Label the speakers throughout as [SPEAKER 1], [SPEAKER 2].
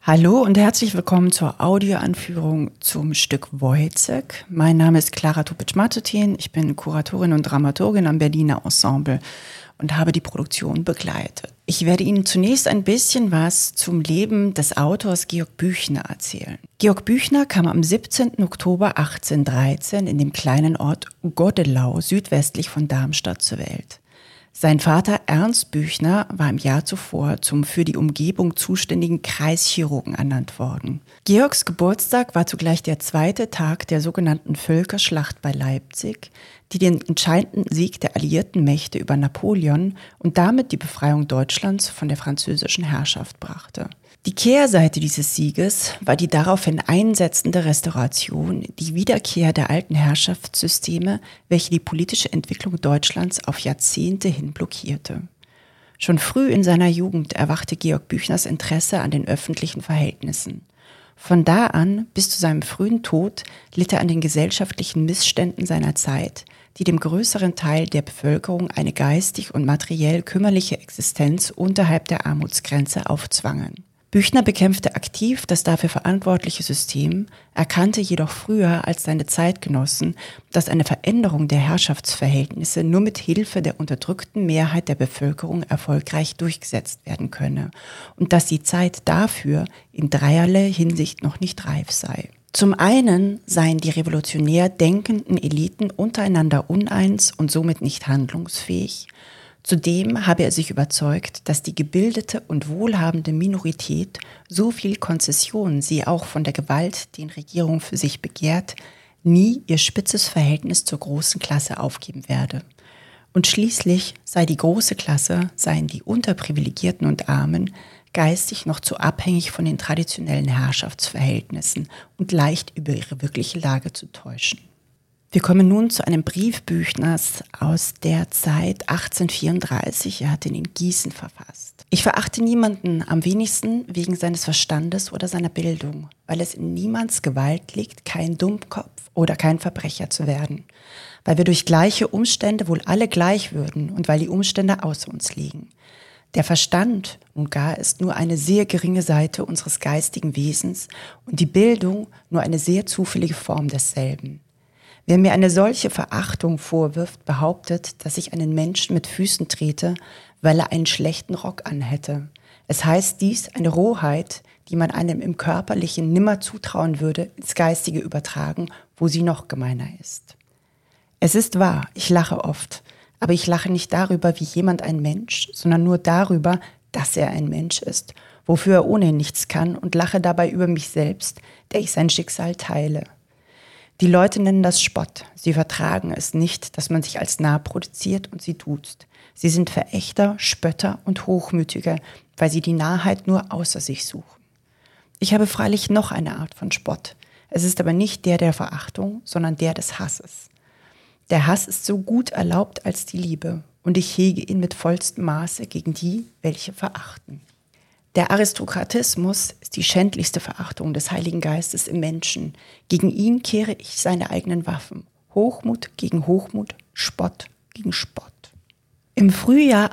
[SPEAKER 1] Hallo und herzlich willkommen zur Audioanführung zum Stück Wojciech. Mein Name ist Klara Tupic-Matutin, ich bin Kuratorin und Dramaturgin am Berliner Ensemble und habe die Produktion begleitet. Ich werde Ihnen zunächst ein bisschen was zum Leben des Autors Georg Büchner erzählen. Georg Büchner kam am 17. Oktober 1813 in dem kleinen Ort Godelau südwestlich von Darmstadt zur Welt. Sein Vater Ernst Büchner war im Jahr zuvor zum für die Umgebung zuständigen Kreischirurgen ernannt worden. Georgs Geburtstag war zugleich der zweite Tag der sogenannten Völkerschlacht bei Leipzig, die den entscheidenden Sieg der alliierten Mächte über Napoleon und damit die Befreiung Deutschlands von der französischen Herrschaft brachte. Die Kehrseite dieses Sieges war die daraufhin einsetzende Restauration, die Wiederkehr der alten Herrschaftssysteme, welche die politische Entwicklung Deutschlands auf Jahrzehnte hin blockierte. Schon früh in seiner Jugend erwachte Georg Büchners Interesse an den öffentlichen Verhältnissen. Von da an bis zu seinem frühen Tod litt er an den gesellschaftlichen Missständen seiner Zeit, die dem größeren Teil der Bevölkerung eine geistig und materiell kümmerliche Existenz unterhalb der Armutsgrenze aufzwangen. Büchner bekämpfte aktiv das dafür verantwortliche System, erkannte jedoch früher als seine Zeitgenossen, dass eine Veränderung der Herrschaftsverhältnisse nur mit Hilfe der unterdrückten Mehrheit der Bevölkerung erfolgreich durchgesetzt werden könne und dass die Zeit dafür in dreierlei Hinsicht noch nicht reif sei. Zum einen seien die revolutionär denkenden Eliten untereinander uneins und somit nicht handlungsfähig. Zudem habe er sich überzeugt, dass die gebildete und wohlhabende Minorität, so viel Konzessionen sie auch von der Gewalt, die die Regierung für sich begehrt, nie ihr spitzes Verhältnis zur großen Klasse aufgeben werde. Und schließlich sei die große Klasse, seien die Unterprivilegierten und Armen, geistig noch zu abhängig von den traditionellen Herrschaftsverhältnissen und leicht über ihre wirkliche Lage zu täuschen. Wir kommen nun zu einem Brief Büchners aus der Zeit 1834. Er hat ihn in Gießen verfasst. Ich verachte niemanden, am wenigsten wegen seines Verstandes oder seiner Bildung, weil es in niemands Gewalt liegt, kein Dummkopf oder kein Verbrecher zu werden, weil wir durch gleiche Umstände wohl alle gleich würden und weil die Umstände außer uns liegen. Der Verstand nun gar ist nur eine sehr geringe Seite unseres geistigen Wesens und die Bildung nur eine sehr zufällige Form desselben. Wer mir eine solche Verachtung vorwirft, behauptet, dass ich einen Menschen mit Füßen trete, weil er einen schlechten Rock anhätte. Es heißt dies, eine Rohheit, die man einem im Körperlichen nimmer zutrauen würde, ins Geistige übertragen, wo sie noch gemeiner ist. Es ist wahr, ich lache oft, aber ich lache nicht darüber, wie jemand ein Mensch, sondern nur darüber, dass er ein Mensch ist, wofür er ohnehin nichts kann und lache dabei über mich selbst, der ich sein Schicksal teile. Die Leute nennen das Spott. Sie vertragen es nicht, dass man sich als nah produziert und sie duzt. Sie sind Verächter, Spötter und Hochmütige, weil sie die Nahheit nur außer sich suchen. Ich habe freilich noch eine Art von Spott. Es ist aber nicht der Verachtung, sondern der des Hasses. Der Hass ist so gut erlaubt als die Liebe und ich hege ihn mit vollstem Maße gegen die, welche verachten. Der Aristokratismus ist die schändlichste Verachtung des Heiligen Geistes im Menschen. Gegen ihn kehre ich seine eigenen Waffen. Hochmut gegen Hochmut, Spott gegen Spott. Im Frühjahr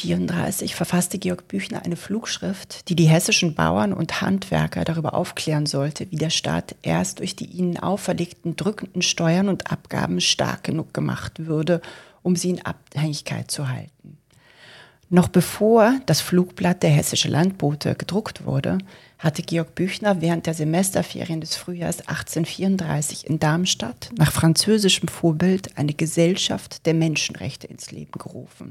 [SPEAKER 1] 1834 verfasste Georg Büchner eine Flugschrift, die die hessischen Bauern und Handwerker darüber aufklären sollte, wie der Staat erst durch die ihnen auferlegten drückenden Steuern und Abgaben stark genug gemacht würde, um sie in Abhängigkeit zu halten. Noch bevor das Flugblatt der Hessische Landbote gedruckt wurde, hatte Georg Büchner während der Semesterferien des Frühjahrs 1834 in Darmstadt nach französischem Vorbild eine Gesellschaft der Menschenrechte ins Leben gerufen.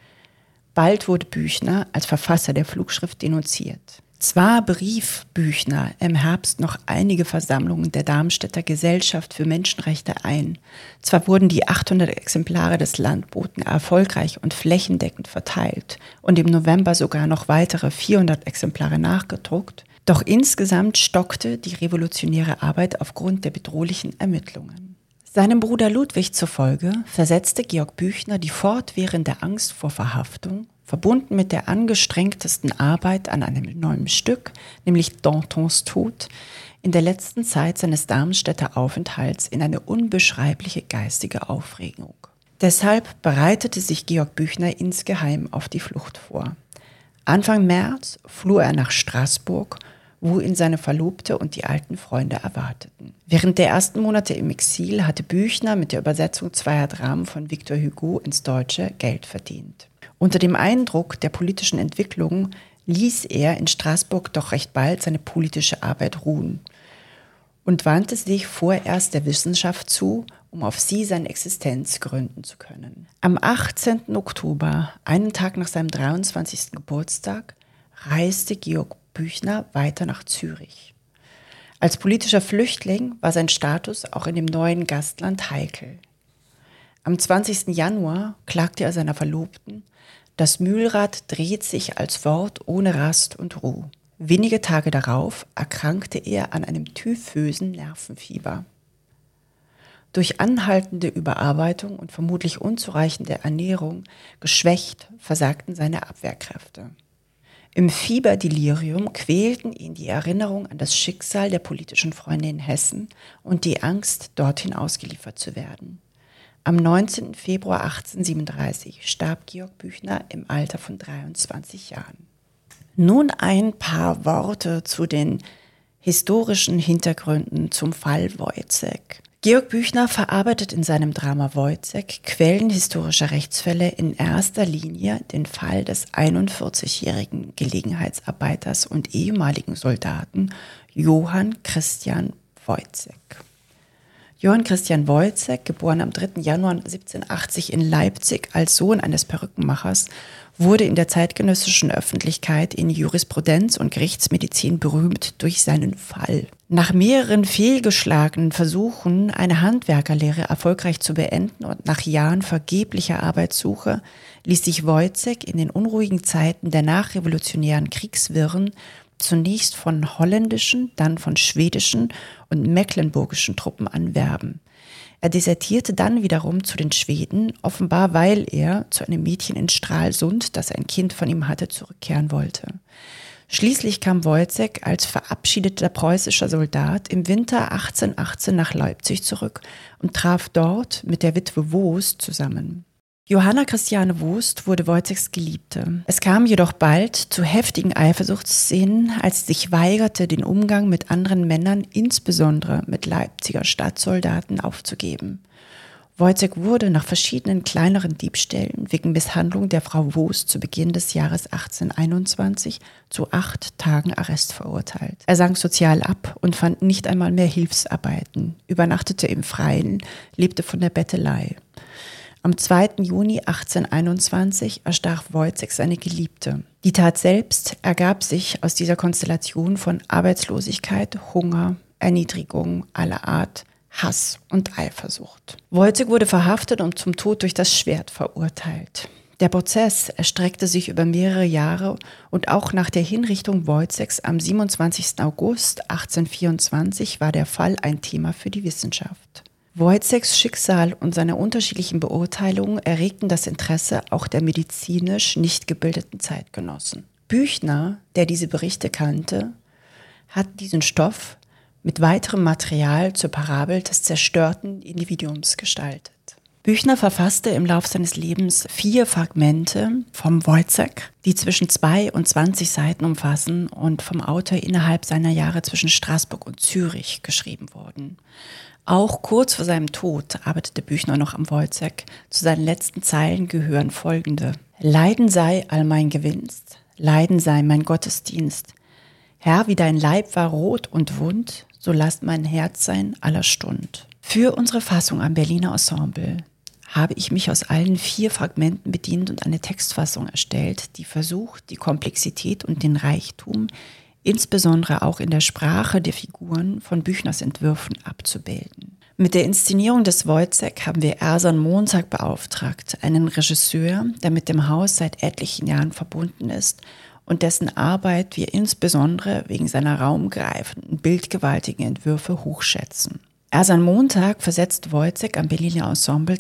[SPEAKER 1] Bald wurde Büchner als Verfasser der Flugschrift denunziert. Zwar berief Büchner im Herbst noch einige Versammlungen der Darmstädter Gesellschaft für Menschenrechte ein. Zwar wurden die 800 Exemplare des Landboten erfolgreich und flächendeckend verteilt und im November sogar noch weitere 400 Exemplare nachgedruckt, doch insgesamt stockte die revolutionäre Arbeit aufgrund der bedrohlichen Ermittlungen. Seinem Bruder Ludwig zufolge versetzte Georg Büchner die fortwährende Angst vor Verhaftung, verbunden mit der angestrengtesten Arbeit an einem neuen Stück, nämlich Dantons Tod, in der letzten Zeit seines Darmstädter Aufenthalts in eine unbeschreibliche geistige Aufregung. Deshalb bereitete sich Georg Büchner insgeheim auf die Flucht vor. Anfang März floh er nach Straßburg, wo ihn seine Verlobte und die alten Freunde erwarteten. Während der ersten Monate im Exil hatte Büchner mit der Übersetzung zweier Dramen von Victor Hugo ins Deutsche Geld verdient. Unter dem Eindruck der politischen Entwicklung ließ er in Straßburg doch recht bald seine politische Arbeit ruhen und wandte sich vorerst der Wissenschaft zu, um auf sie seine Existenz gründen zu können. Am 18. Oktober, einen Tag nach seinem 23. Geburtstag, reiste Georg Büchner weiter nach Zürich. Als politischer Flüchtling war sein Status auch in dem neuen Gastland heikel. Am 20. Januar klagte er seiner Verlobten, das Mühlrad dreht sich als Wort ohne Rast und Ruhe. Wenige Tage darauf erkrankte er an einem typhösen Nervenfieber. Durch anhaltende Überarbeitung und vermutlich unzureichende Ernährung geschwächt, versagten seine Abwehrkräfte. Im Fieberdelirium quälten ihn die Erinnerung an das Schicksal der politischen Freunde in Hessen und die Angst, dorthin ausgeliefert zu werden. Am 19. Februar 1837 starb Georg Büchner im Alter von 23 Jahren. Nun ein paar Worte zu den historischen Hintergründen zum Fall Woyzeck. Georg Büchner verarbeitet in seinem Drama Woyzeck Quellen historischer Rechtsfälle in erster Linie den Fall des 41-jährigen Gelegenheitsarbeiters und ehemaligen Soldaten Johann Christian Woyzeck. Johann Christian Woyzeck, geboren am 3. Januar 1780 in Leipzig als Sohn eines Perückenmachers, wurde in der zeitgenössischen Öffentlichkeit in Jurisprudenz und Gerichtsmedizin berühmt durch seinen Fall. Nach mehreren fehlgeschlagenen Versuchen, eine Handwerkerlehre erfolgreich zu beenden und nach Jahren vergeblicher Arbeitssuche, ließ sich Woyzeck in den unruhigen Zeiten der nachrevolutionären Kriegswirren zunächst von holländischen, dann von schwedischen und mecklenburgischen Truppen anwerben. Er desertierte dann wiederum zu den Schweden, offenbar weil er zu einem Mädchen in Stralsund, das ein Kind von ihm hatte, zurückkehren wollte. Schließlich kam Woyzeck als verabschiedeter preußischer Soldat im Winter 1818 nach Leipzig zurück und traf dort mit der Witwe Woest zusammen. Johanna Christiane Woest wurde Woyzecks Geliebte. Es kam jedoch bald zu heftigen Eifersuchtsszenen, als sie sich weigerte, den Umgang mit anderen Männern, insbesondere mit Leipziger Stadtsoldaten, aufzugeben. Woyzeck wurde nach verschiedenen kleineren Diebstählen wegen Misshandlung der Frau Woest zu Beginn des Jahres 1821 zu 8 Tagen Arrest verurteilt. Er sank sozial ab und fand nicht einmal mehr Hilfsarbeiten, übernachtete im Freien, lebte von der Bettelei. Am 2. Juni 1821 erstach Woyzeck seine Geliebte. Die Tat selbst ergab sich aus dieser Konstellation von Arbeitslosigkeit, Hunger, Erniedrigung aller Art, Hass und Eifersucht. Woyzeck wurde verhaftet und zum Tod durch das Schwert verurteilt. Der Prozess erstreckte sich über mehrere Jahre und auch nach der Hinrichtung Woyzecks am 27. August 1824 war der Fall ein Thema für die Wissenschaft. Woyzecks Schicksal und seine unterschiedlichen Beurteilungen erregten das Interesse auch der medizinisch nicht gebildeten Zeitgenossen. Büchner, der diese Berichte kannte, hat diesen Stoff mit weiterem Material zur Parabel des zerstörten Individuums gestaltet. Büchner verfasste im Lauf seines Lebens 4 Fragmente vom Woyzeck, die zwischen 2 und 20 Seiten umfassen und vom Autor innerhalb seiner Jahre zwischen Straßburg und Zürich geschrieben wurden. Auch kurz vor seinem Tod arbeitete Büchner noch am Woyzeck. Zu seinen letzten Zeilen gehören folgende: Leiden sei all mein Gewinst, Leiden sei mein Gottesdienst. Herr, wie dein Leib war rot und wund, so lasst mein Herz sein aller Stund. Für unsere Fassung am Berliner Ensemble habe ich mich aus allen 4 Fragmenten bedient und eine Textfassung erstellt, die versucht, die Komplexität und den Reichtum insbesondere auch in der Sprache der Figuren von Büchners Entwürfen abzubilden. Mit der Inszenierung des Woyzeck haben wir Ersan Montag beauftragt, einen Regisseur, der mit dem Haus seit etlichen Jahren verbunden ist und dessen Arbeit wir insbesondere wegen seiner raumgreifenden, bildgewaltigen Entwürfe hochschätzen. Ersan Montag versetzt Woyzeck am Berliner Ensemble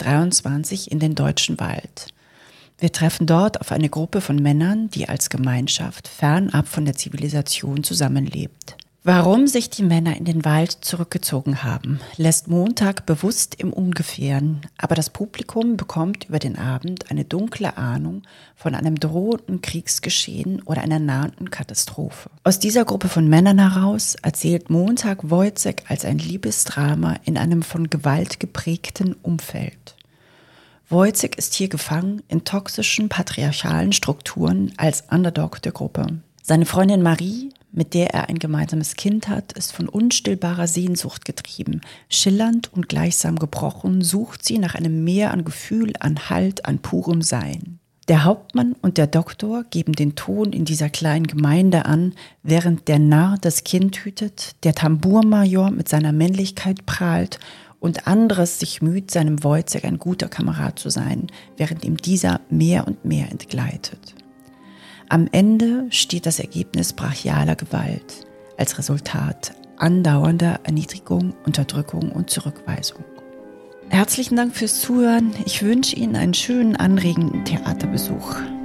[SPEAKER 1] 2023 in den Deutschen Wald. Wir treffen dort auf eine Gruppe von Männern, die als Gemeinschaft fernab von der Zivilisation zusammenlebt. Warum sich die Männer in den Wald zurückgezogen haben, lässt Montag bewusst im Ungefähren, aber das Publikum bekommt über den Abend eine dunkle Ahnung von einem drohenden Kriegsgeschehen oder einer nahenden Katastrophe. Aus dieser Gruppe von Männern heraus erzählt Montag Wojciech als ein Liebesdrama in einem von Gewalt geprägten Umfeld. Wojciech ist hier gefangen in toxischen, patriarchalen Strukturen als Underdog der Gruppe. Seine Freundin Marie, mit der er ein gemeinsames Kind hat, ist von unstillbarer Sehnsucht getrieben. Schillernd und gleichsam gebrochen sucht sie nach einem Meer an Gefühl, an Halt, an purem Sein. Der Hauptmann und der Doktor geben den Ton in dieser kleinen Gemeinde an, während der Narr das Kind hütet, der Tambourmajor mit seiner Männlichkeit prahlt und anderes sich müht, seinem Wojciech ein guter Kamerad zu sein, während ihm dieser mehr und mehr entgleitet. Am Ende steht das Ergebnis brachialer Gewalt, als Resultat andauernder Erniedrigung, Unterdrückung und Zurückweisung. Herzlichen Dank fürs Zuhören. Ich wünsche Ihnen einen schönen, anregenden Theaterbesuch.